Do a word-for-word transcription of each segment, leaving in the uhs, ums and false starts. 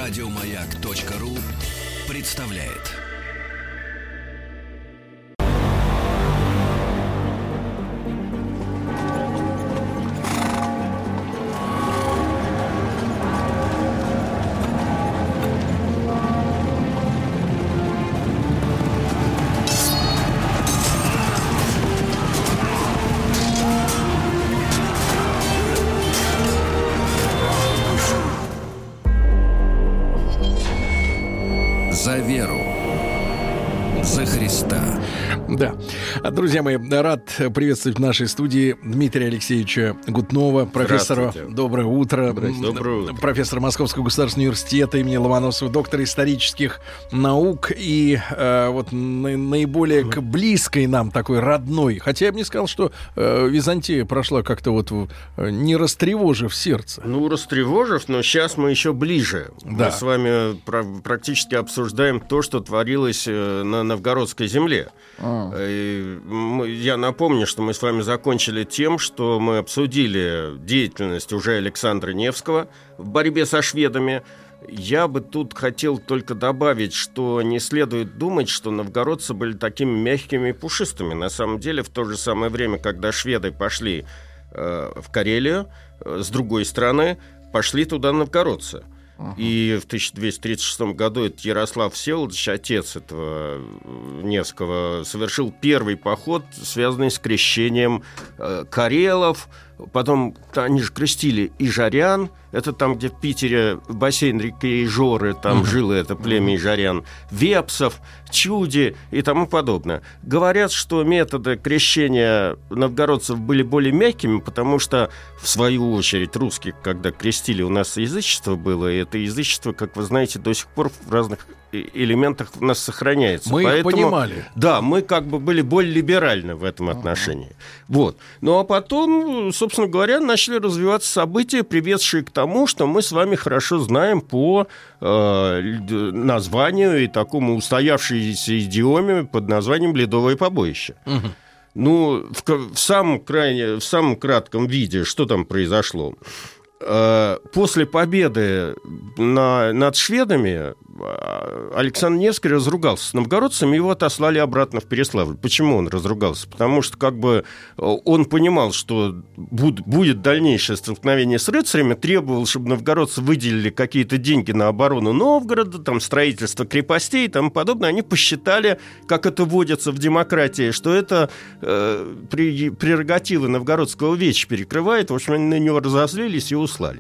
Радиомаяк.ру представляет. За веру, за Христа. Да. Друзья мои, рад приветствовать в нашей студии Дмитрия Алексеевича Гутнова, профессора. Доброе утро. Доброе утро. Профессора Московского государственного университета имени Ломоносова, доктора исторических наук и э, вот на, наиболее к близкой нам такой родной. Хотя я бы не сказал, что э, Византия прошла как-то вот э, не растревожив сердце. Ну, растревожив, но сейчас мы еще ближе. Да. Мы с вами пр- практически обсуждаем то, что творилось э, на Новгородской земле. А. Я напомню, что мы с вами закончили тем, что мы обсудили деятельность уже Александра Невского в борьбе со шведами. Я бы тут хотел только добавить, что не следует думать, что новгородцы были такими мягкими и пушистыми. На самом деле, в то же самое время, когда шведы пошли э, в Карелию, э, с другой стороны, пошли туда новгородцы. Uh-huh. И в тысяча двести тридцать шестом году этот Ярослав Всеволодович, отец этого Невского, совершил первый поход, связанный с крещением э, карелов. Потом они же крестили ижорян. Это там, где в Питере бассейн реки Ижоры, там uh-huh. жило это племя ижорян. Вепсов, Чуди и тому подобное. Говорят, что методы крещения новгородцев были более мягкими, потому что, в свою очередь, русских, когда крестили, у нас язычество было, и это язычество, как вы знаете, до сих пор в разных элементах у нас сохраняется. Мы Поэтому, их понимали. Да, мы как бы были более либеральны в этом отношении. Uh-huh. Вот. Ну, а потом, собственно говоря, начали развиваться события, приведшие к тому, что мы с вами хорошо знаем по э, названию и такому устоявшейся идиоме под названием «Ледовое побоище». Uh-huh. Ну, в, в, самом крайне, в самом кратком виде, что там произошло? Э, после победы на, над шведами Александр Невский разругался с новгородцами, его отослали обратно в Переславль. Почему он разругался? Потому что как бы он понимал, что буд- будет дальнейшее столкновение с рыцарями, требовал, чтобы новгородцы выделили какие-то деньги на оборону Новгорода, там, строительство крепостей и тому подобное. Они посчитали, как это водится в демократии, что это э, при, прерогативы новгородского веча перекрывает. В общем, они на него разозлились и услали.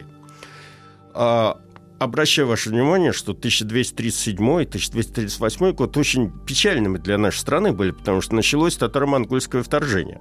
А обращаю ваше внимание, что тысяча двести тридцать седьмой - тысяча двести тридцать восьмой год очень печальными для нашей страны были, потому что началось татаро-монгольское вторжение.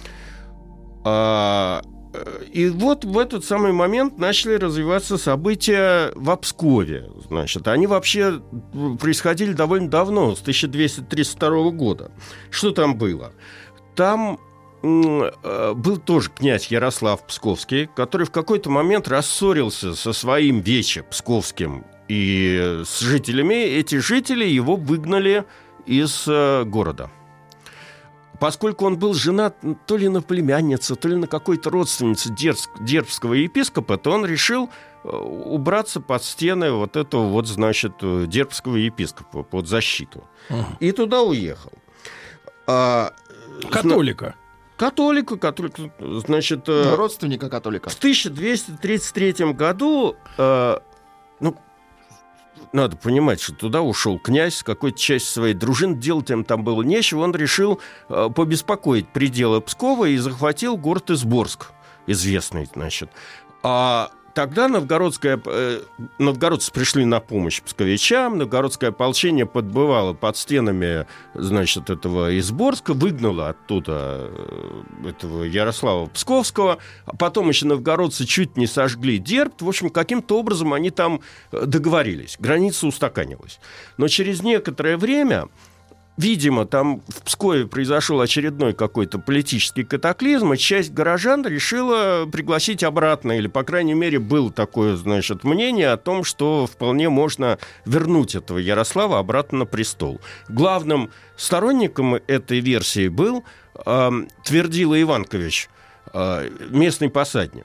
А, и вот в этот самый момент начали развиваться события в Пскове. Значит, они вообще происходили довольно давно, с тысяча двести тридцать второго года. Что там было? Там был тоже князь Ярослав Псковский, который в какой-то момент рассорился со своим вече Псковским и с жителями. Эти жители его выгнали из города. Поскольку он был женат то ли на племяннице, то ли на какой-то родственнице дербского епископа, то он решил убраться под стены вот этого вот, значит, дербского епископа, под защиту. Uh-huh. И туда уехал. А, католика. Католика, католика, значит... Родственника католика. В тысяча двести тридцать третьем году, э, ну, надо понимать, что туда ушел князь с какой-то частью своей дружины, делать им там было нечего, он решил э, побеспокоить пределы Пскова и захватил город Изборск, известный, значит. А тогда новгородское, э, новгородцы пришли на помощь псковичам, новгородское ополчение подбывало под стенами, значит, этого Изборска, выгнало оттуда э, этого Ярослава Псковского, а потом еще новгородцы чуть не сожгли Дерб. В общем, каким-то образом они там договорились, граница устаканилась. Но через некоторое время Видимо, там в Пскове произошел очередной какой-то политический катаклизм, и часть горожан решила пригласить обратно, или, по крайней мере, было такое, значит, мнение о том, что вполне можно вернуть этого Ярослава обратно на престол. Главным сторонником этой версии был э, Твердила Иванкович, э, местный посадник.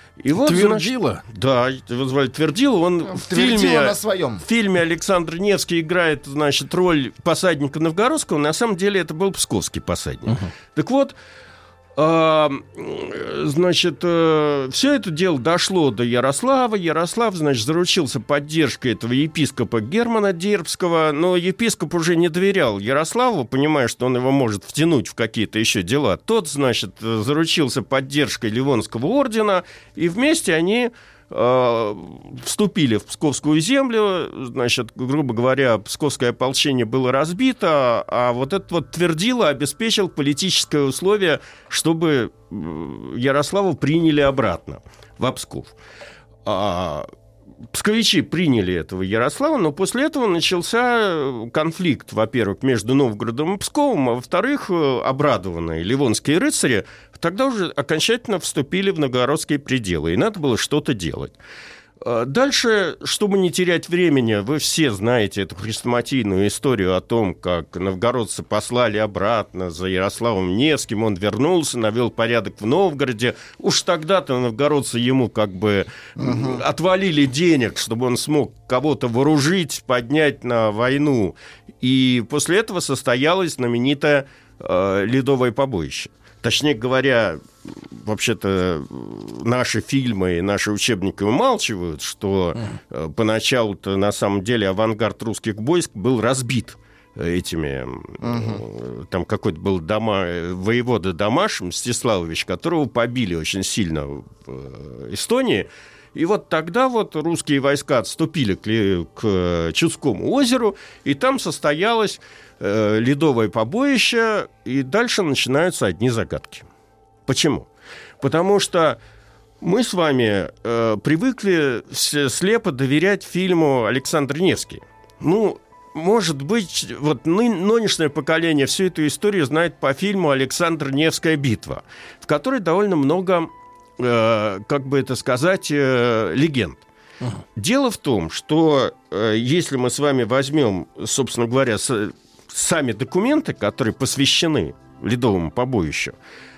И вот, Твердила? Значит, да, его звали Твердила. Он в фильме, на своем. в фильме Александр Невский играет, значит, роль посадника новгородского. На самом деле это был псковский посадник. Uh-huh. Так вот, э, значит, э, все это дело дошло до Ярослава. Ярослав, значит, заручился поддержкой этого епископа Германа Дербского, но епископ уже не доверял Ярославу, понимая, что он его может втянуть в какие-то еще дела. Тот, значит, заручился поддержкой Ливонского ордена, и вместе они э, вступили в Псковскую землю. Значит, грубо говоря, Псковское ополчение было разбито, а вот этот вот Твердила обеспечил политическое условие, чтобы Ярославу приняли обратно в Псков. А псковичи приняли этого Ярослава, но после этого начался конфликт, во-первых, между Новгородом и Псковом, а во-вторых, обрадованные ливонские рыцари тогда уже окончательно вступили в новгородские пределы, и надо было что-то делать. Дальше, чтобы не терять времени, вы все знаете эту хрестоматийную историю о том, как новгородцы послали обратно за Ярославом Невским, он вернулся, навел порядок в Новгороде. Уж тогда-то новгородцы ему как бы угу. отвалили денег, чтобы он смог кого-то вооружить, поднять на войну. И после этого состоялось знаменитое э, Ледовое побоище. Точнее говоря, вообще-то наши фильмы и наши учебники умалчивают, что mm. поначалу-то на самом деле авангард русских войск был разбит этими... Mm-hmm. Там какой-то был дома, воевода Дамаш Мстиславович, которого побили очень сильно в Эстонии. И вот тогда вот русские войска отступили к, к Чудскому озеру, и там состоялось э, ледовое побоище, и дальше начинаются одни загадки. Почему? Потому что мы с вами э, привыкли слепо доверять фильму «Александр Невский». Ну, может быть, вот ны- нынешнее поколение всю эту историю знает по фильму «Александр Невская битва», в которой довольно много... как бы это сказать, легенд. Uh-huh. Дело в том, что если мы с вами возьмем, собственно говоря, с, сами документы, которые посвящены Ледовому побоищу,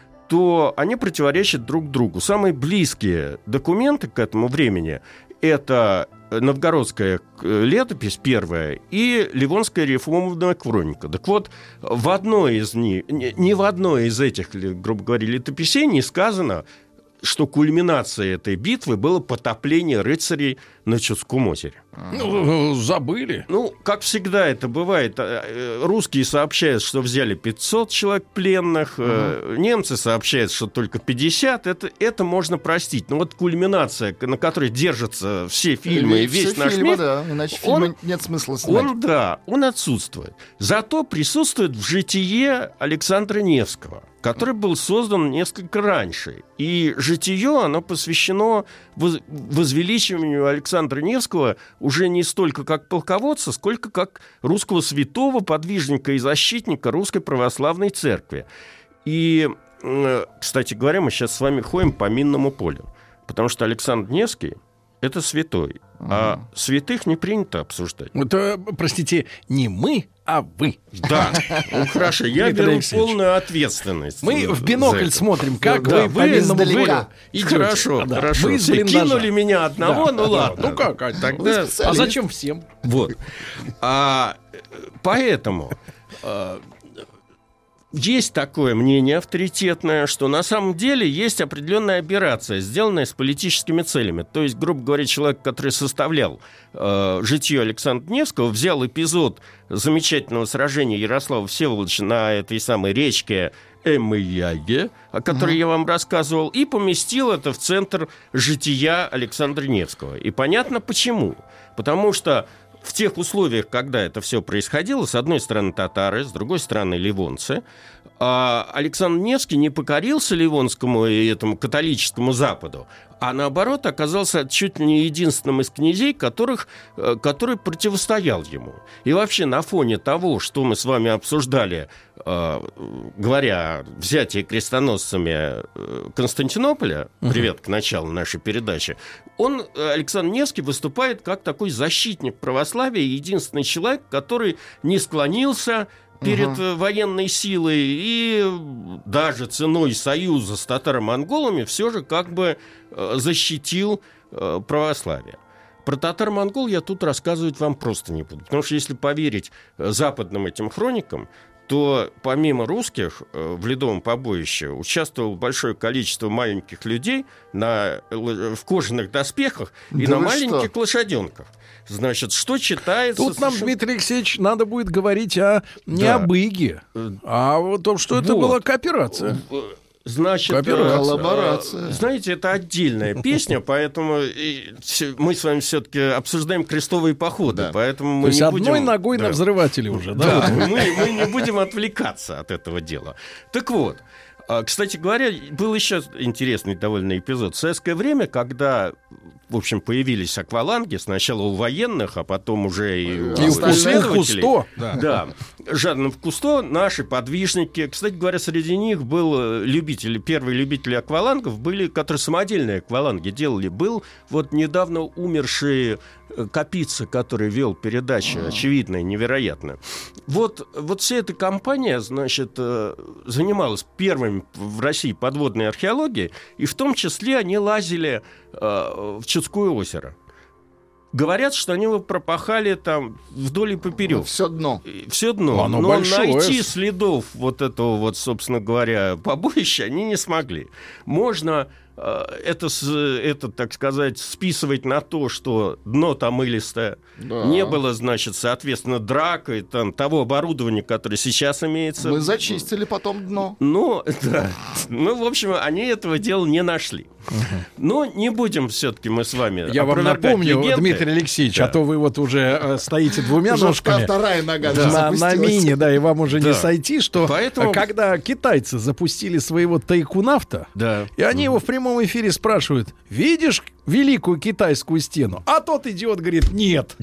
то они противоречат друг другу. Самые близкие документы к этому времени – это новгородская летопись первая и ливонская реформная хроника. Так вот, в одной из них, ни в одной из этих, грубо говоря, летописей не сказано, что кульминацией этой битвы было потопление рыцарей на Чудском озере. Ну, забыли. Ну, как всегда это бывает. Русские сообщают, что взяли пятьсот человек пленных, угу. немцы сообщают, что только пятьдесят. Это, это можно простить. Но вот кульминация, на которой держатся все фильмы и, и весь наш фильмы, мир, да. Иначе он, фильма нет смысла снимать. Он, да, он отсутствует. Зато присутствует в житие Александра Невского, который был создан несколько раньше. И житие, оно посвящено возвеличиванию Александра Невского уже не столько как полководца, сколько как русского святого, подвижника и защитника Русской Православной Церкви. И, кстати говоря, мы сейчас с вами ходим по минному полю, потому что Александр Невский – это святой, а mm. святых не принято обсуждать. Это, простите, не мы, а вы. Да, ну хорошо, я беру полную ответственность. Мы в бинокль смотрим, как да, вы по минному полю идете. Хорошо, да. хорошо. Вы Все кинули меня одного, да, ну да, ладно. Ну как, а, тогда... а зачем всем? Вот. А, поэтому... А, есть такое мнение авторитетное, что на самом деле есть определенная операция, сделанная с политическими целями. То есть, грубо говоря, человек, который составлял э, житие Александра Невского, взял эпизод замечательного сражения Ярослава Всеволодовича на этой самой речке Эммияге, о которой mm-hmm. я вам рассказывал, и поместил это в центр жития Александра Невского. И понятно почему. Потому что в тех условиях, когда это все происходило, с одной стороны татары, с другой стороны ливонцы, Александр Невский не покорился ливонскому и этому католическому Западу, а наоборот оказался чуть ли не единственным из князей, которых, который противостоял ему. И вообще на фоне того, что мы с вами обсуждали, говоря о взятии крестоносцами Константинополя, uh-huh. привет к началу нашей передачи, он, Александр Невский, выступает как такой защитник православия, единственный человек, который не склонился перед Угу. военной силой и даже ценой союза с татаро-монголами все же как бы защитил православие. Про татар-монгол я тут рассказывать вам просто не буду, потому что если поверить западным этим хроникам, то помимо русских в Ледовом побоище участвовало большое количество маленьких людей на, в кожаных доспехах и да на маленьких что? лошаденках. Значит, что читается... Тут нам, совершенно... Дмитрий Алексеевич, надо будет говорить о, не Да. о быге, а о том, что это Вот. была кооперация. Значит, Кооперация. э, Коллаборация. э, знаете, это отдельная песня, поэтому и всё- мы с вами все-таки обсуждаем крестовые походы, Да. поэтому мы То есть не одной будем... ногой Да. на взрывателе уже, да? Да, мы, мы не будем отвлекаться от этого дела. Так вот, а, кстати говоря, был еще интересный довольно эпизод. В советское время, когда, в общем, появились акваланги, сначала у военных, а потом уже и у И у исследователей. Кусто, да. Да, Жаданов Кусто, наши подвижники. Кстати говоря, среди них был любитель, первые любители аквалангов, были, которые самодельные акваланги делали. Был вот недавно умерший Капица, который вел передачу, очевидно, невероятно. Вот, вот вся эта компания, значит, занималась первым в России подводной археологией, и в том числе они лазили в Чудское озеро. Говорят, что они его пропахали там вдоль и поперек. Все дно. Все дно. Оно Но большое. найти следов вот этого вот, собственно говоря, побоища они не смогли. Можно э, это, с- это, так сказать, списывать на то, что дно там илистое. Да. Не было, значит, соответственно, драк и там, того оборудования, которое сейчас имеется. Мы зачистили потом дно. Ну, да. Ну, в общем, они этого дела не нашли. Но не будем все-таки мы с вами Я вам опровергать напомню, легенды. Дмитрий Алексеевич, Да. а то вы вот уже э, стоите двумя Уже ножками вторая нога на, на запустилась. мине, да, и вам уже не Да. сойти, что Поэтому- э, когда китайцы запустили своего тайкунавта, Да. и они его в прямом эфире спрашивают: видишь великую китайскую стену? А тот идиот говорит: нет.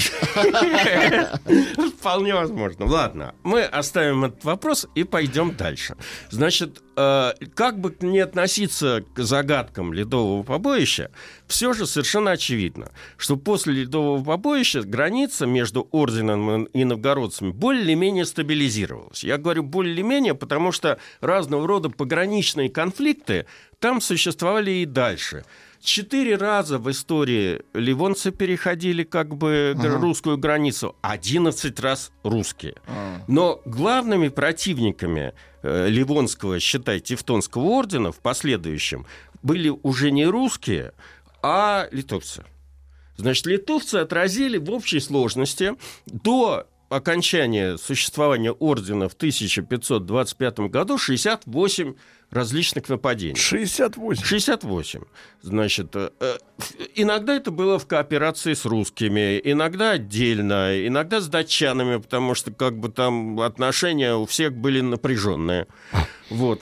Вполне возможно. Ладно, мы оставим этот вопрос и пойдем дальше. Значит, э, как бы не относиться к загадкам Ледового побоища, все же совершенно очевидно, что после Ледового побоища граница между орденом и новгородцами более-менее стабилизировалась. Я говорю более-менее, потому что разного рода пограничные конфликты там существовали и дальше. Четыре раза в истории ливонцы переходили как бы Ага. русскую границу, одиннадцать раз русские. А. Но главными противниками э, Ливонского, считай, Тевтонского ордена в последующем были уже не русские, а литовцы. Значит, литовцы отразили в общей сложности до окончания существования ордена в тысяча пятьсот двадцать пятом году шестьдесят восемь различных нападений. шестьдесят восемь. шестьдесят восемь. Значит, э, э, иногда это было в кооперации с русскими, иногда отдельно, иногда с датчанами, потому что как бы там отношения у всех были напряженные. Вот.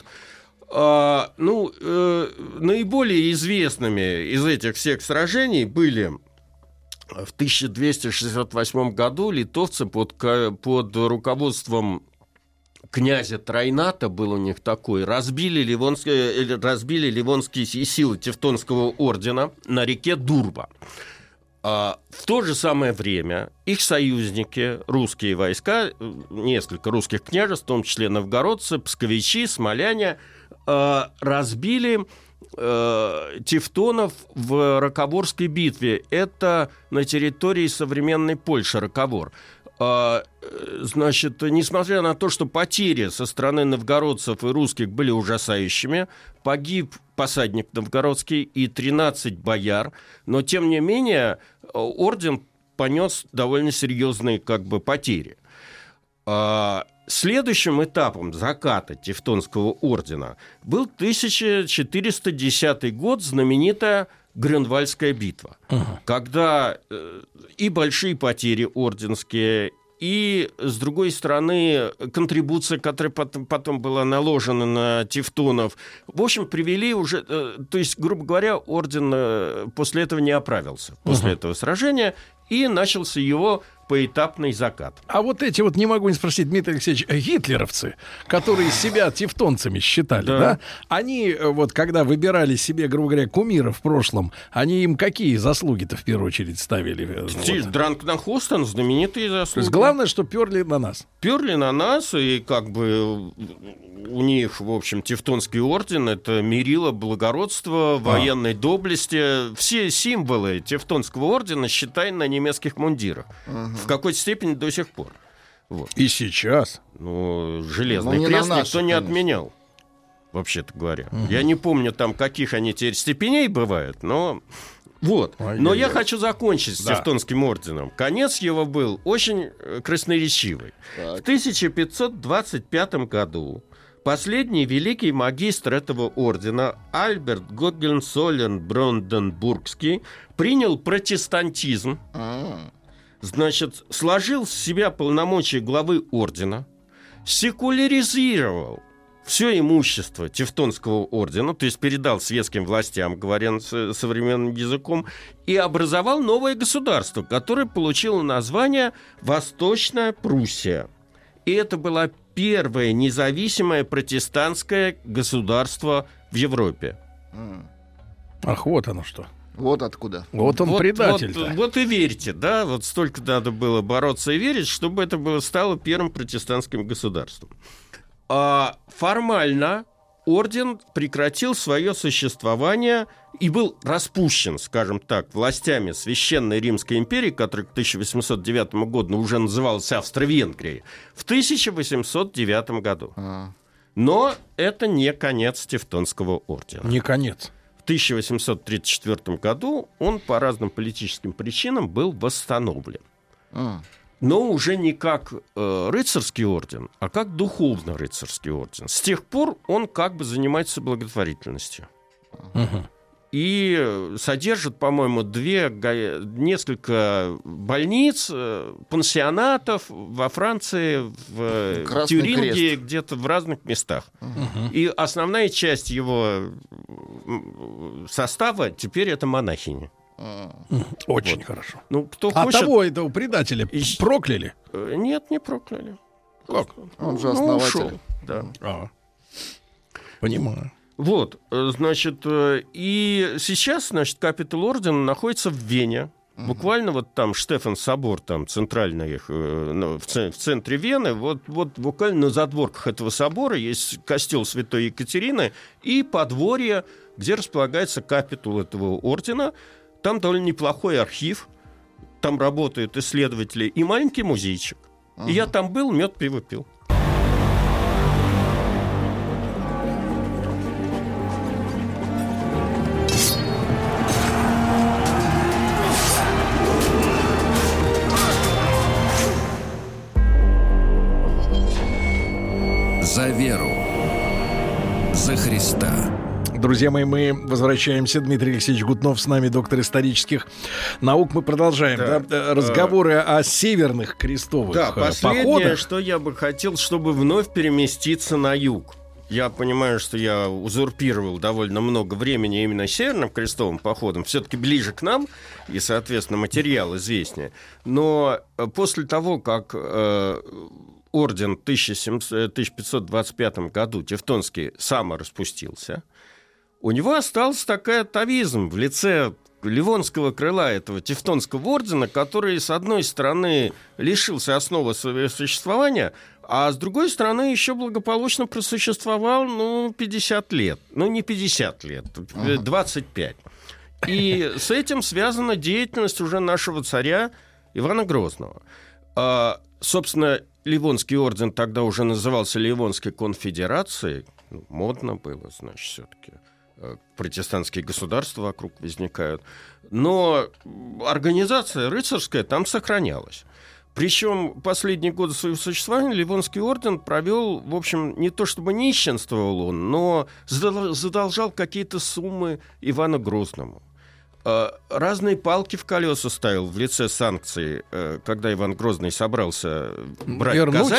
А, ну, э, наиболее известными из этих всех сражений были в тысяча двести шестьдесят восьмом году литовцы под, ка- под руководством князя Трайната, был у них такой, разбили ливонские, или разбили ливонские си- силы Тевтонского ордена на реке Дурба. А в то же самое время их союзники, русские войска, э, несколько русских княжеств, в том числе новгородцы, псковичи, смоляне, э, разбили э, тевтонов в Раковорской битве. Это на территории современной Польши, Раковор. А, э, Значит, несмотря на то, что потери со стороны новгородцев и русских были ужасающими, погиб посадник новгородский и тринадцать бояр, но, тем не менее, орден понес довольно серьезные как бы потери. А, Следующим этапом заката Тевтонского ордена был тысяча четыреста десятый год, знаменитая Грюнвальдская битва, uh-huh. когда э, и большие потери орденские, и, с другой стороны, контрибуция, которая потом, потом была наложена на тевтонов, в общем, привели уже... Э, то есть, грубо говоря, орден э, после этого не оправился, после uh-huh. этого сражения, и начался его поэтапный закат. А вот эти вот, не могу не спросить, Дмитрий Алексеевич, гитлеровцы, которые себя тевтонцами считали, да. да? Они вот, когда выбирали себе, грубо говоря, кумира в прошлом, они им какие заслуги-то в первую очередь ставили? Вот. Дранкнахостен, знаменитые заслуги. То есть главное, что перли на нас. Перли на нас, и как бы у них, в общем, Тевтонский орден — это мерило благородства, военной а. доблести. Все символы Тевтонского ордена, считай, на немецких мундирах. Ага. В какой-то степени до сих пор. Вот. И сейчас. Ну, железный ну, крест никто не отменял, вообще-то говоря. Угу. Я не помню, там, каких они теперь степеней бывают, но... Вот. Ой, Но я, я хочу закончить да. с Тевтонским орденом. Конец его был очень красноречивый. Так. В тысяча пятьсот двадцать пятом году последний великий магистр этого ордена Альберт Гогенцоллерн Бранденбургский принял протестантизм, А-а-а. значит, сложил с себя полномочия главы ордена, секуляризировал все имущество Тевтонского ордена, то есть передал светским властям, говоря современным языком, и образовал новое государство, которое получило название Восточная Пруссия. И это было первое независимое протестантское государство в Европе. Ах, вот оно что. Вот откуда. Вот он вот, предатель-то. Вот, вот и верьте, да, вот столько надо было бороться и верить, чтобы это было, стало первым протестантским государством. А формально орден прекратил свое существование и был распущен, скажем так, властями Священной Римской империи, которая к тысяча восемьсот девятому году уже называлась Австро-Венгрией, в тысяча восемьсот девятом году. А. Но это не конец Тевтонского ордена. Не конец. В тысяча восемьсот тридцать четвёртом году он по разным политическим причинам был восстановлен. А. Но уже не как э, рыцарский орден, а как духовно-рыцарский орден. С тех пор он как бы занимается благотворительностью. Угу. И содержит, по-моему, две, несколько больниц, пансионатов во Франции, в Красный Тюринге, крест. Где-то в разных местах. Угу. И основная часть его состава теперь это монахини. Очень вот. Хорошо. Ну, кто а хочет... того этого предателя И... прокляли? Нет, не прокляли. Как? Он же основатель. Ну, ушел. Да. А. Понимаю. Вот, значит, и сейчас, значит, капитул ордена находится в Вене. Uh-huh. Буквально вот там Штефан собор, там центральный их, в центре Вены, вот, вот буквально на задворках этого собора есть костел Святой Екатерины и подворье, где располагается капитул этого ордена. Там довольно неплохой архив, там работают исследователи и маленький музейчик. Uh-huh. И я там был, мед, пиво пил. За веру, за Христа. Друзья мои, мы возвращаемся. Дмитрий Алексеевич Гутнов с нами, доктор исторических наук. Мы продолжаем да. Да, разговоры а... о северных крестовых да, походах. Последнее, что я бы хотел, чтобы вновь переместиться на юг. Я понимаю, что я узурпировал довольно много времени именно северным крестовым походом, все-таки ближе к нам, и, соответственно, материал известнее. Но после того, как э, орден в тысяча пятьсот двадцать пятом году Тевтонский самораспустился, у него остался такой атавизм в лице ливонского крыла этого Тевтонского ордена, который, с одной стороны, лишился основы своего существования, а с другой стороны, еще благополучно просуществовал, ну, пятьдесят лет. Ну, не пятьдесят лет, двадцать пять. И с этим связана деятельность уже нашего царя Ивана Грозного. А, собственно, Ливонский орден тогда уже назывался Ливонской конфедерацией. Ну, модно было, значит, все-таки. Протестантские государства вокруг возникают. Но организация рыцарская там сохранялась. Причем последние годы своего существования Ливонский орден провел, в общем, не то чтобы нищенствовал он, но задолжал какие-то суммы Ивану Грозному. Разные палки в колеса ставил в лице санкций, когда Иван Грозный собрался брать Вернуть? Казань.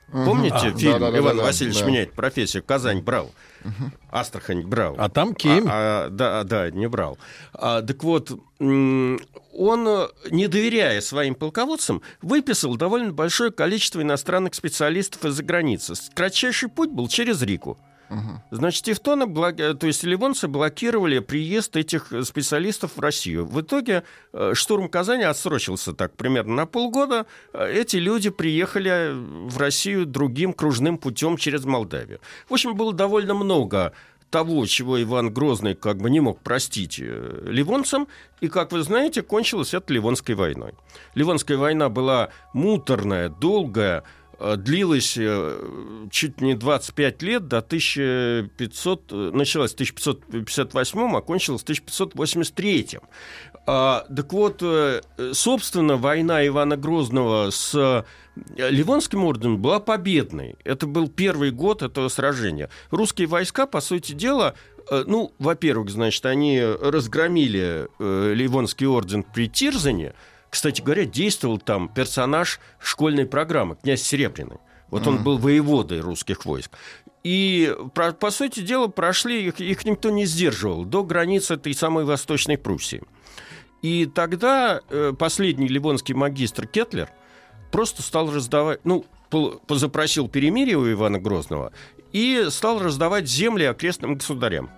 Помните А, фильм да, да, «Иван да, Васильевич да. меняет профессию»? Казань брал, Астрахань брал. А там Кемь. А, а, да, да, не брал. А, так вот, м, он, не доверяя своим полководцам, выписал довольно большое количество иностранных специалистов из-за границы. Кратчайший путь был через Рику. Значит, тевтоны, блок- то есть ливонцы блокировали приезд этих специалистов в Россию. В итоге э, штурм Казани отсрочился так примерно на полгода. Э, Эти люди приехали в Россию другим кружным путем через Молдавию. В общем, было довольно много того, чего Иван Грозный как бы не мог простить э, ливонцам. И, как вы знаете, кончилась это Ливонской войной. Ливонская война была муторная, долгая, длилась чуть не двадцать пять лет, до тысяча пятьсот, началась в тысяча пятьсот пятьдесят восьмом, а кончилась в тысяча пятьсот восемьдесят третьем. А, так вот, собственно, война Ивана Грозного с Ливонским орденом была победной. Это был первый год этого сражения. Русские войска, по сути дела, ну, во-первых, значит, они разгромили Ливонский орден при Тирзане. Кстати говоря, действовал там персонаж школьной программы, князь Серебряный. Вот он был воеводой русских войск. И, по, по сути дела, прошли, их, их никто не сдерживал, до границ этой самой Восточной Пруссии. И тогда э, последний ливонский магистр Кетлер просто стал раздавать, ну, по, запросил перемирие у Ивана Грозного и стал раздавать земли окрестным государям.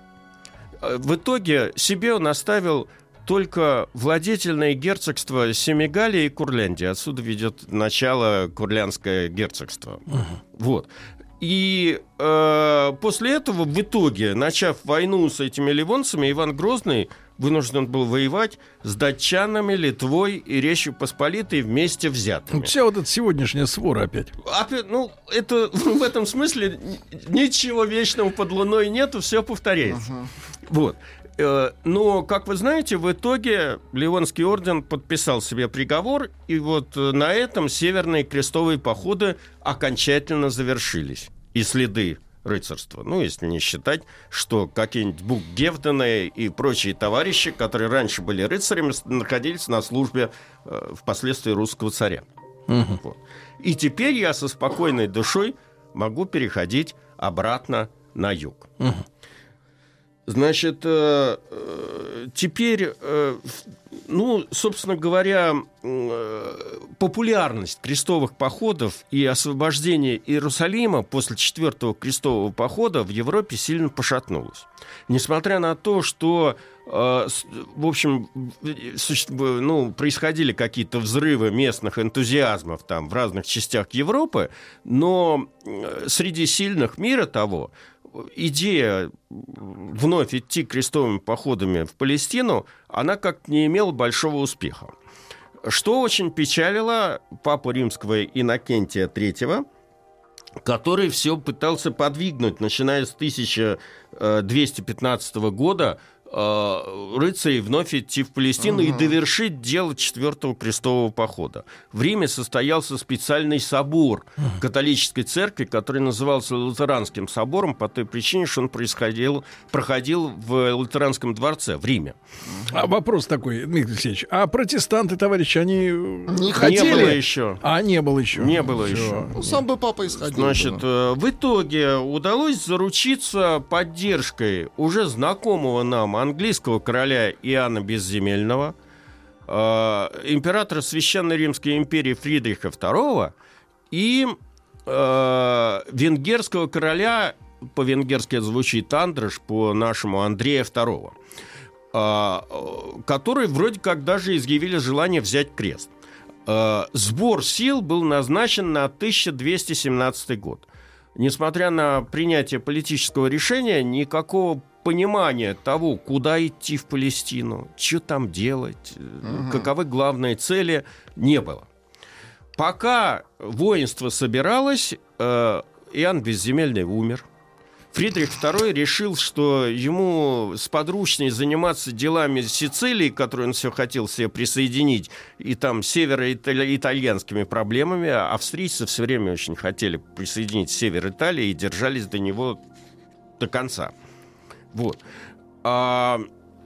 В итоге себе он оставил только владетельное герцогство Семигалия и Курляндия. Отсюда ведет начало Курляндское герцогство. Uh-huh. Вот. И э, после этого, в итоге, начав войну с этими ливонцами, Иван Грозный вынужден был воевать с датчанами, Литвой и Речью Посполитой вместе взятыми. Вся вот эта сегодняшняя свора опять. Опять, ну, это в этом смысле ничего вечного под луной нету, все повторяется. Uh-huh. Вот. Но, как вы знаете, в итоге Ливонский орден подписал себе приговор, и вот на этом северные крестовые походы окончательно завершились. И следы рыцарства. Ну, если не считать, что какие-нибудь Букгевдены и прочие товарищи, которые раньше были рыцарями, находились на службе э, впоследствии русского царя. Угу. Вот. И теперь я со спокойной душой могу переходить обратно на юг. Угу. Значит, теперь, ну, собственно говоря, популярность крестовых походов и освобождение Иерусалима после четвертого крестового похода в Европе сильно пошатнулась. Несмотря на то, что, в общем, ну, происходили какие-то взрывы местных энтузиазмов там в разных частях Европы, но среди сильных мира того идея вновь идти крестовыми походами в Палестину, она как-то не имела большого успеха. Что очень печалило папу римского Иннокентия третьего, который все пытался подвигнуть, начиная с тысяча двести пятнадцатого года, рыцарей вновь идти в Палестину uh-huh. и довершить дело четвертого крестового похода. В Риме состоялся специальный собор uh-huh. католической церкви, который назывался Лютеранским собором по той причине, что он происходил, проходил в Лютеранском дворце в Риме. А вопрос такой, Дмитрий Алексеевич, а протестанты, товарищи, они не хотели? Не было еще. А, не было еще. Не было Все. еще. Ну, сам бы папа исходил. Значит, да. В итоге удалось заручиться поддержкой уже знакомого нам английского короля Иоанна Безземельного, э, императора Священной Римской империи Фридриха второго и э, венгерского короля, по-венгерски это звучит Андрош, по-нашему Андрея второго, э, которые вроде как даже изъявили желание взять крест. Э, сбор сил был назначен на тысяча двести семнадцатый год. Несмотря на принятие политического решения, никакого понимания того, куда идти в Палестину, что там делать, угу. каковы главные цели, не было. Пока воинство собиралось, э, Иоанн Безземельный умер. Фридрих второй решил, что ему сподручнее заниматься делами Сицилии, которые он все хотел себе присоединить, и там североитальянскими проблемами. Австрийцы все время очень хотели присоединить север Италии и держались до него до конца. Вот. А,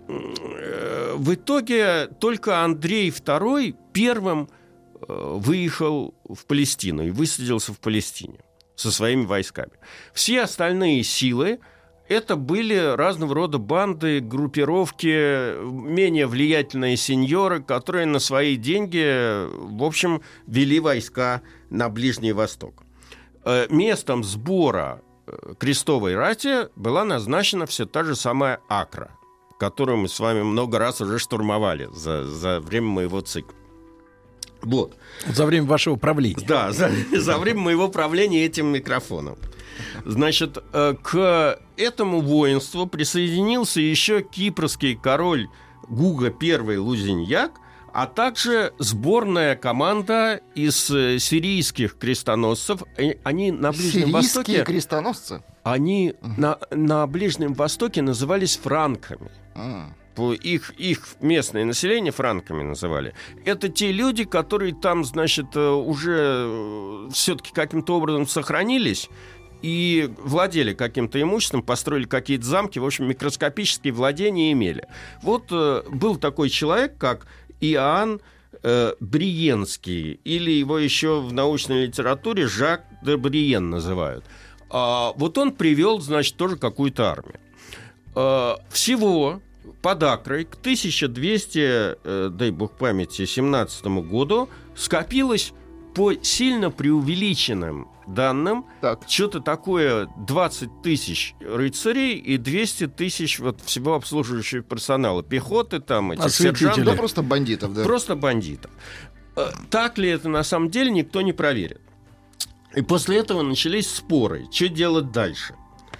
э, в итоге только Андрей второй первым э, выехал в Палестину и высадился в Палестине. со своими войсками. Все остальные силы это были разного рода банды, группировки, менее влиятельные сеньоры, которые на свои деньги, в общем, вели войска на Ближний Восток. Местом сбора крестовой рати была назначена все та же самая Акра, которую мы с вами много раз уже штурмовали за, за время моего цикла. Вот. За время вашего правления. Да, за, за время моего правления этим микрофоном. Значит, к этому воинству присоединился еще кипрский король Гуга I Лузиньяк, а также сборная команда из сирийских крестоносцев. Они на Ближнем Сирийские Востоке... крестоносцы? Они угу. на, на Ближнем Востоке назывались франками. А. Их, их местное население франками называли. Это те люди, которые там, значит, уже все-таки каким-то образом сохранились и владели каким-то имуществом, построили какие-то замки, в общем, микроскопические владения имели. Вот э, был такой человек, как Иоанн э, Бриенский, или его еще в научной литературе Жак де Бриен называют. А, вот он привел, значит, тоже какую-то армию. А, всего под Акрой к тысяча двести, э, дай бог памяти, семнадцатому году скопилось по сильно преувеличенным данным так. что-то такое двадцать тысяч рыцарей и двести тысяч вот всего обслуживающего персонала. Пехоты там, этих сержантов. Да, просто бандитов. Да. Просто бандитов. Так ли это на самом деле, никто не проверит. И после этого начались споры. Что делать дальше?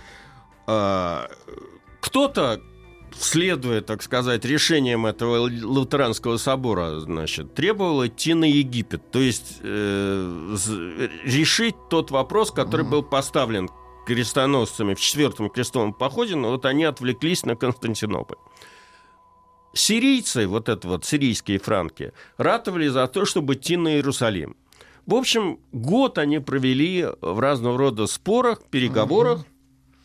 Кто-то, следуя, так сказать, решениям этого Лютеранского собора, значит, требовал идти на Египет, то есть э, решить тот вопрос, который mm-hmm. был поставлен крестоносцами в четвертом крестовом походе, но вот они отвлеклись на Константинополь. Сирийцы, вот это вот сирийские франки, ратовали за то, чтобы идти на Иерусалим. В общем, год они провели в разного рода спорах, переговорах. Mm-hmm.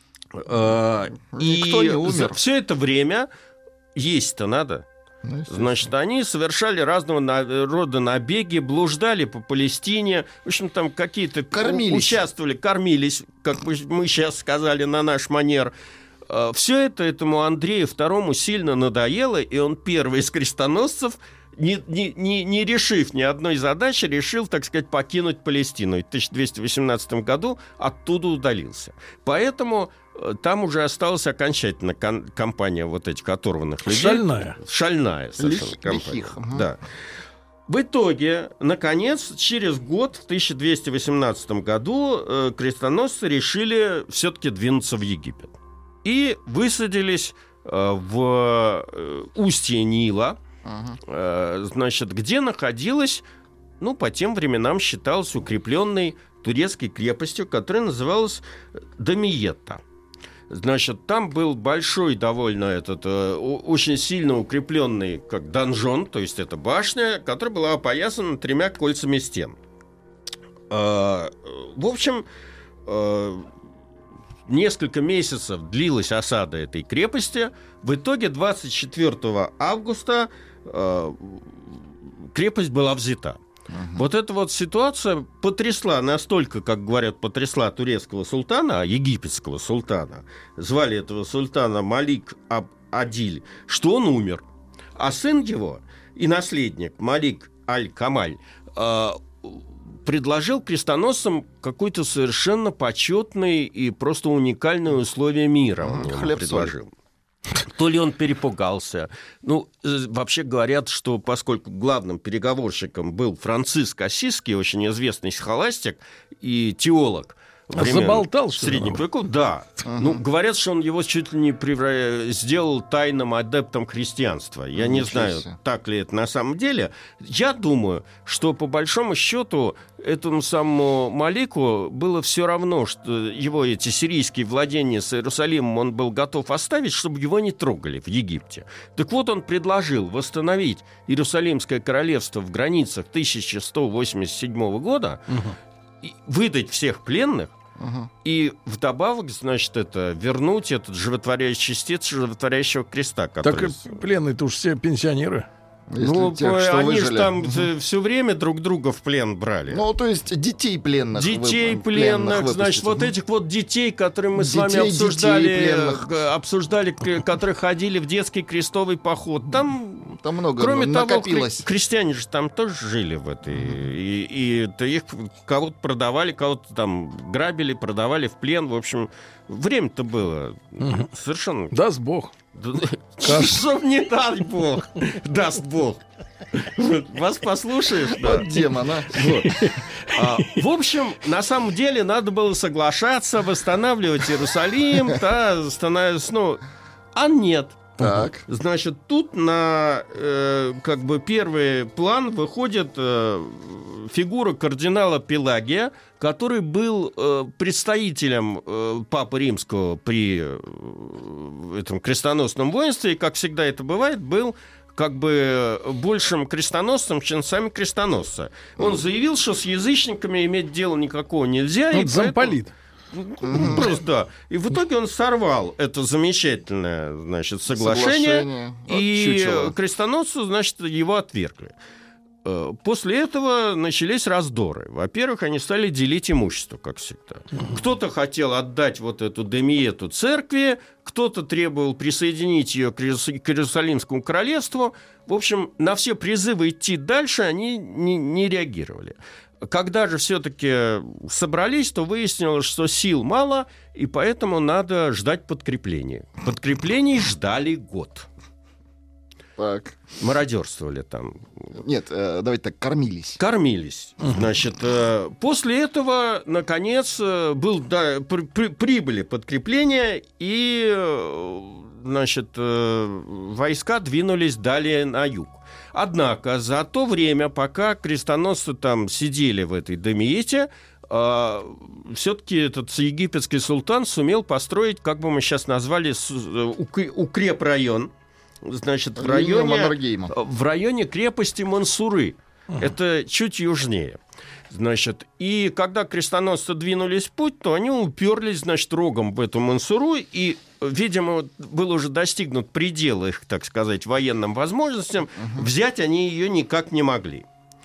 Никто и не умер. Все это время есть-то надо. Ну, значит, они совершали разного рода набеги, блуждали по Палестине. В общем, там какие-то кормились. участвовали, кормились, как мы сейчас сказали, на наш манер. Все это этому Андрею второму сильно надоело, и он первый из крестоносцев, не, не, не, не решив ни одной задачи, решил, так сказать, покинуть Палестину. И в тысяча двести восемнадцатом году оттуда удалился. Поэтому там уже осталась окончательно кон- компания вот этих оторванных людей. Шальная. Шальная совершенно Лих, компания. Лихих, угу. Да. В итоге, наконец, через год, в тысяча двести восемнадцатом году, э, крестоносцы решили все-таки двинуться в Египет. И высадились э, в э, устье Нила, uh-huh. э, значит, где находилась, ну, по тем временам считалась укрепленной турецкой крепостью, которая называлась Дамиетта. Значит, там был большой довольно этот, э, очень сильно укрепленный как донжон, то есть это башня, которая была опоясана тремя кольцами стен. Э, в общем, э, несколько месяцев длилась осада этой крепости. В итоге двадцать четвёртого августа э, крепость была взята. Uh-huh. Вот эта вот ситуация потрясла настолько, как говорят, потрясла турецкого султана, а египетского султана. Звали этого султана Малик Аб-Адиль, что он умер. А сын его и наследник Малик Аль-Камаль э, предложил крестоносцам какой-то совершенно почетный и просто уникальное условие мира. Он ему предложил. То ли он перепугался. Ну, вообще говорят, что поскольку главным переговорщиком был Франциск Ассизский, очень известный схоластик и теолог, заболтал, что ли? Средних веков, да. Uh-huh. Ну, говорят, что он его чуть ли не превра... сделал тайным адептом христианства. Я Ничего не знаю, себе. Так ли это на самом деле. Я думаю, что по большому счету этому самому Малику было все равно, что его эти сирийские владения с Иерусалимом он был готов оставить, чтобы его не трогали в Египте. Так вот, он предложил восстановить Иерусалимское королевство в границах тысяча сто восемьдесят седьмого года, uh-huh. выдать всех пленных, Uh-huh. и вдобавок, значит, это вернуть этот животворящий частиц животворящего креста. Который... Так и пленные-то уж все пенсионеры. Если Ну, тех, что они же выжили. там все время друг друга в плен брали. Ну, то есть детей пленных. Детей вы- пленных, выпустить. значит, вот этих вот детей, которые мы с Детей, вами детей обсуждали, пленных. э, обсуждали, к- которые ходили в детский крестовый поход. Там, Там много кроме ну, того, накопилось. хри- крестьяне же там тоже жили в этой, и, и то их кого-то продавали, кого-то там грабили, продавали в плен. В общем, время-то было совершенно. Даст Бог. Чтоб не даст Бог, даст Бог. Вас послушаешь, да? Вот демон, а. Вот. А, в общем, на самом деле надо было соглашаться, восстанавливать Иерусалим, да, становиться, ну, а нет. Так. Значит, тут на э, как бы первый план выходит э, фигура кардинала Пелагия, который был э, представителем э, Папы Римского при э, этом крестоносном воинстве, и, как всегда это бывает, был как бы большим крестоносцем, чем сами крестоносцы. Он заявил, что с язычниками иметь дело никакого нельзя. Ну, и замполит. поэтому- Просто, да. И в итоге он сорвал это замечательное, значит, соглашение, Соглашение. Вот и чучело. крестоносцы, значит, его отвергли. Э, После этого начались раздоры. Во-первых, они стали делить имущество, как всегда. Кто-то хотел отдать вот эту Демиету церкви, кто-то требовал присоединить ее к Иерус- к Иерусалимскому королевству. В общем, на все призывы идти дальше они не, не реагировали. Когда же все-таки собрались, то выяснилось, что сил мало, и поэтому надо ждать подкреплений. Подкреплений ждали год. Так. Мародерствовали там. Нет, э, давайте так, кормились. Кормились. Значит, э, после этого, наконец, э, был, да, при- при- прибыли подкрепления, и, э, значит, э, войска двинулись далее на юг. Однако за то время, пока крестоносцы там сидели в этой Демиете, э, все-таки этот египетский султан сумел построить, как бы мы сейчас назвали, с- э, ук- укрепрайон. Значит, в Линию районе, Маннергейма. в районе крепости Мансуры. Это чуть южнее. Значит, и когда крестоносцы двинулись в путь, то они уперлись, значит, рогом в эту Мансуру, и, видимо, был уже достигнут предел их, так сказать, военным возможностям, взять они ее никак не могли.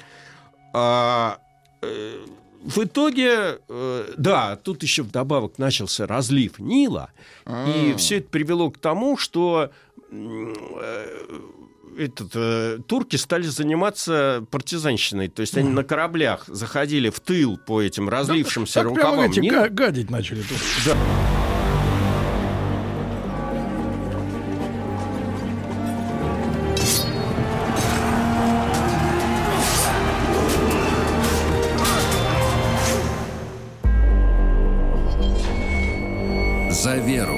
А, э, в итоге, э, да, тут еще вдобавок начался разлив Нила, и все это привело к тому, что м, э, этот, э, турки стали заниматься партизанщиной. То есть они на кораблях заходили в тыл по этим разлившимся Так прямо, рукавам видите, Нила. га- гадить начали тут. За веру.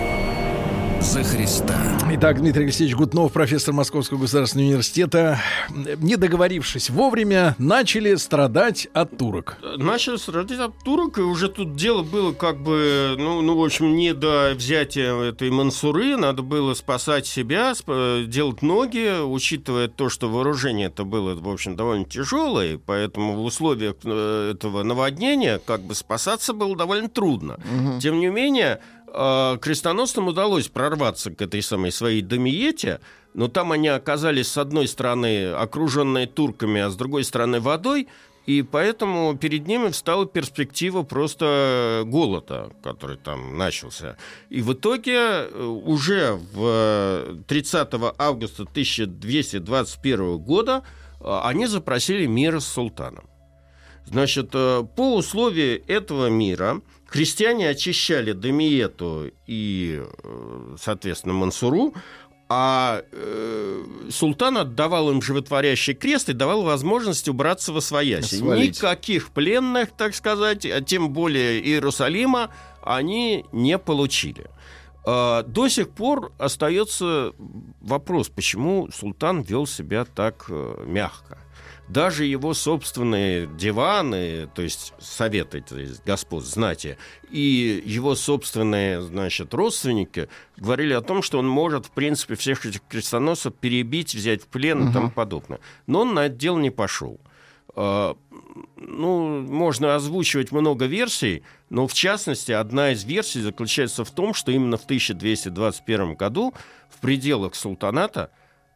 За Христа. Итак, Дмитрий Алексеевич Гутнов, профессор Московского государственного университета. Не договорившись вовремя, начали страдать от турок. Начали страдать от турок, и уже тут дело было как бы, ну, ну, в общем, не до взятия этой Мансуры, надо было спасать себя, сп- делать ноги, учитывая то, что вооружение это было, в общем, довольно тяжелое, поэтому в условиях э, этого наводнения как бы спасаться было довольно трудно. Тем не менее, э, крестоносцам удалось прорваться к этой самой своей Демиете, но там они оказались с одной стороны окруженные турками, а с другой стороны водой, и поэтому перед ними встала перспектива просто голода, который там начался. И в итоге уже в тридцатого августа тысяча двести двадцать первого года они запросили мира с султаном. Значит, по условию этого мира христиане очищали Демиету и, соответственно, Мансуру, а э, султан отдавал им животворящий крест и давал возможность убраться во свояси. Свалить. Никаких пленных, так сказать, а тем более Иерусалима они не получили. А, до сих пор остается вопрос, почему султан вел себя так э, мягко. Даже его собственные диваны, то есть советы, то есть господ знати, и его собственные, значит, родственники говорили о том, что он может, в принципе, всех этих крестоносцев перебить, взять в плен и тому подобное. Но он на это дело не пошел. А, ну, можно озвучивать много версий, но, в частности, одна из версий заключается в том, что именно в тысяча двести двадцать первом году в пределах султаната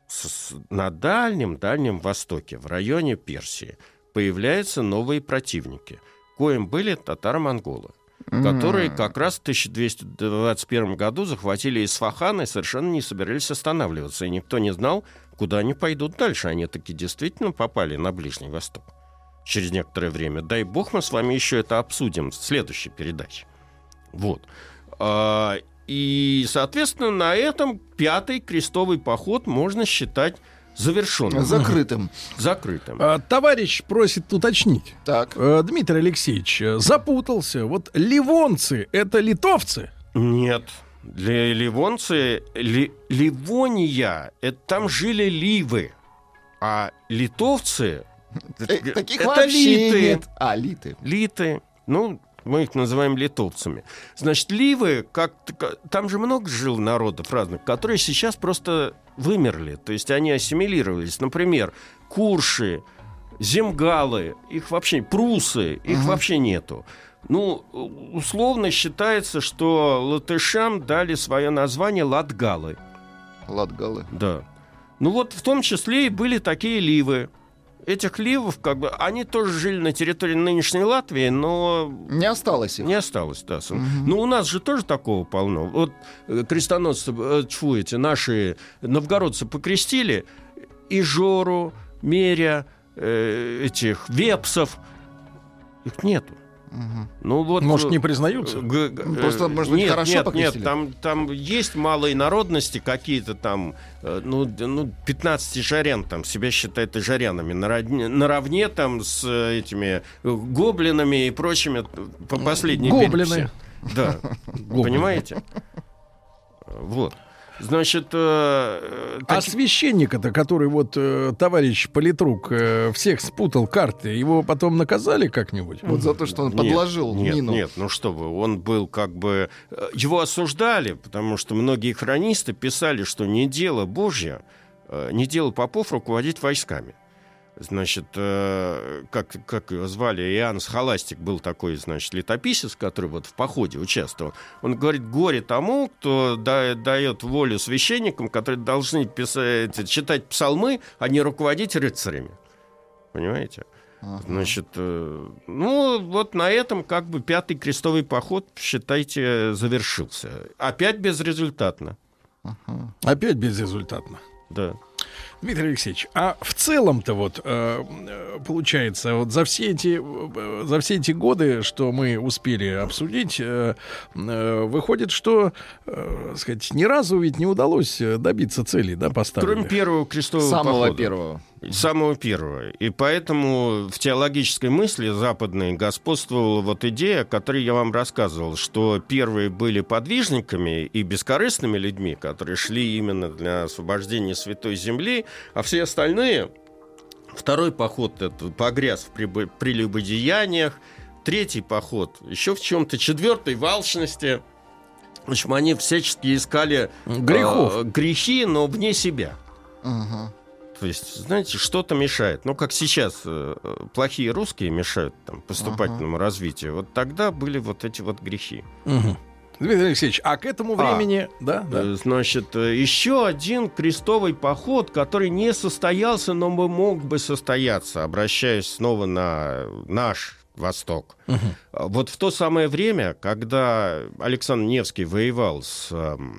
с, на Дальнем-Дальнем Востоке, в районе Персии, появляются новые противники, коим были татаро-монголы, mm-hmm. которые как раз в тысяча двести двадцать первом году захватили Исфахан и совершенно не собирались останавливаться. И никто не знал, куда они пойдут дальше. Они таки действительно попали на Ближний Восток через некоторое время. Дай бог, мы с вами еще это обсудим в следующей передаче. Вот. И, соответственно, на этом пятый крестовый поход можно считать завершенным. Закрытым. Закрытым. А, товарищ просит уточнить. Так. А, Дмитрий Алексеевич, запутался. Вот ливонцы — это литовцы? Нет. Для ливонцы ли, Ливония, это там жили ливы. А литовцы Э, таких это вообще литы. нет. А, литы. Литы. Ну, мы их называем литовцами. Значит, ливы, как, там же много жило народов разных, которые сейчас просто вымерли. То есть они ассимилировались. Например, курши, земгалы, их вообще, прусы, их uh-huh. вообще нету. Ну, условно считается, что латышам дали свое название латгалы. Латгалы. Да. Ну вот в том числе и были такие ливы. Этих ливов, как бы, они тоже жили на территории нынешней Латвии, но... Не осталось их. Не осталось, да. Угу. Но у нас же тоже такого полно. Вот крестоносцы, тьфу, эти наши новгородцы покрестили Ижору, Меря, э, этих Вепсов. Их нету. Угу. Ну, вот, может, не признаются? Г- г- Просто, может быть, нет, хорошо нет, покрестили? Нет, там, там есть малые народности какие-то там, ну, ну пятнадцать ижарян там себя считают ижарянами, наравне, наравне там с этими гоблинами и прочими по последней Гоблины. переписи. Да, понимаете? Вот. Значит, э, а так... священника-то, который вот э, товарищ политрук э, всех спутал карты, его потом наказали как-нибудь? Вот за то, что он нет, подложил нет, мину. Нет, ну что вы, он был как бы... Его осуждали, потому что многие хронисты писали, что не дело Божье, не дело попов руководить войсками. Значит, э, как, как его звали, Иоанн Схоластик был такой, значит, летописец, который вот в походе участвовал. Он говорит, горе тому, кто да, дает волю священникам, которые должны писать, читать псалмы, а не руководить рыцарями. Понимаете? Ага. Значит, э, ну, вот на этом как бы пятый крестовый поход, считайте, завершился. Опять безрезультатно. Ага. Опять безрезультатно. Да. Дмитрий Алексеевич, а в целом-то вот э, получается, вот за все эти э, за все эти годы, что мы успели обсудить, э, э, выходит, что, э, сказать, ни разу ведь не удалось добиться целей, да, поставленных. Кроме первого крестового Самого похода. первого. Самого первого. И поэтому в теологической мысли западной господствовала вот идея, о которой я вам рассказывал, что первые были подвижниками и бескорыстными людьми, которые шли именно для освобождения Святой Земли, а все остальные, второй поход это погряз в прелюбодеяниях, третий поход еще в чем-то, четвертый в алчности. В общем, они всячески искали грехов. Э, грехи, но вне себя. Ага. То есть, знаете, что-то мешает. Ну, как сейчас э, плохие русские мешают там, поступательному ага. развитию. Вот тогда были вот эти вот грехи. Угу. Дмитрий Алексеевич, а к этому времени... А, да, да. Значит, еще один крестовый поход, который не состоялся, но мог бы состояться, обращаясь снова на наш Восток. Угу. Вот в то самое время, когда Александр Невский воевал с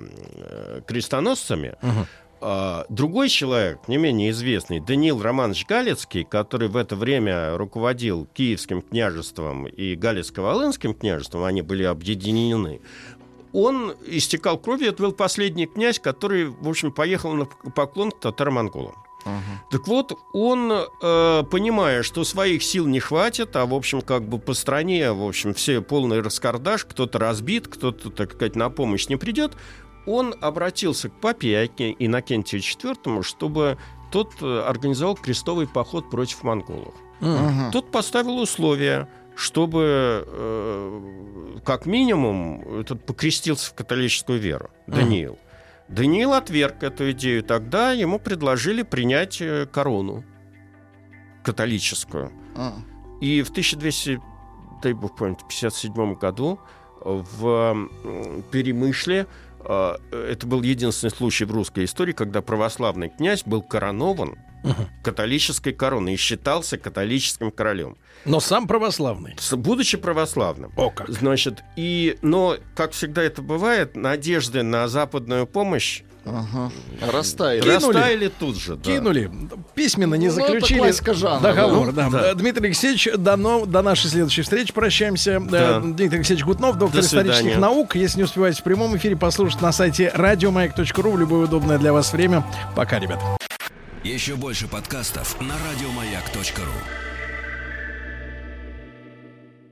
э, крестоносцами, угу. другой человек, не менее известный, Даниил Романович Галицкий, который в это время руководил Киевским княжеством и Галицко-Волынским княжеством, они были объединены, он истекал кровью, это был последний князь, который, в общем, поехал на поклон к татаро-монголам. Uh-huh. Так вот, он, э, понимая, что своих сил не хватит, а, в общем, как бы по стране, в общем, все полный раскардаш, кто-то разбит, кто-то, так сказать, на помощь не придет, он обратился к папе Иннокентию четвёртому, чтобы тот организовал крестовый поход против монголов. Uh-huh. Тот поставил условия, чтобы э, как минимум этот покрестился в католическую веру, Даниил. Uh-huh. Даниил отверг эту идею. Тогда ему предложили принять корону католическую. Uh-huh. И в тысяча двести, дай бог памяти, пятьдесят седьмом году в Перемышле Это был единственный случай в русской истории, когда православный князь был коронован угу. католической короной и считался католическим королем. Но сам православный. Будучи православным. О, как. Значит, и, но, как всегда это бывает, надежды на западную помощь Ага. Растаяли. Кинули. Растаяли тут же. Да. Кинули. Письменно не Ну, заключили это классика жанра, договор. да. Да. Да. Дмитрий Алексеевич, до, но- до нашей следующей встречи прощаемся. Да. Дмитрий Алексеевич Гутнов, доктор До свидания. исторических наук. Если не успеваете в прямом эфире, послушать на сайте радиомаяк точка ру в любое удобное для вас время. Пока, ребят. Еще больше подкастов на радиомаяк точка ру.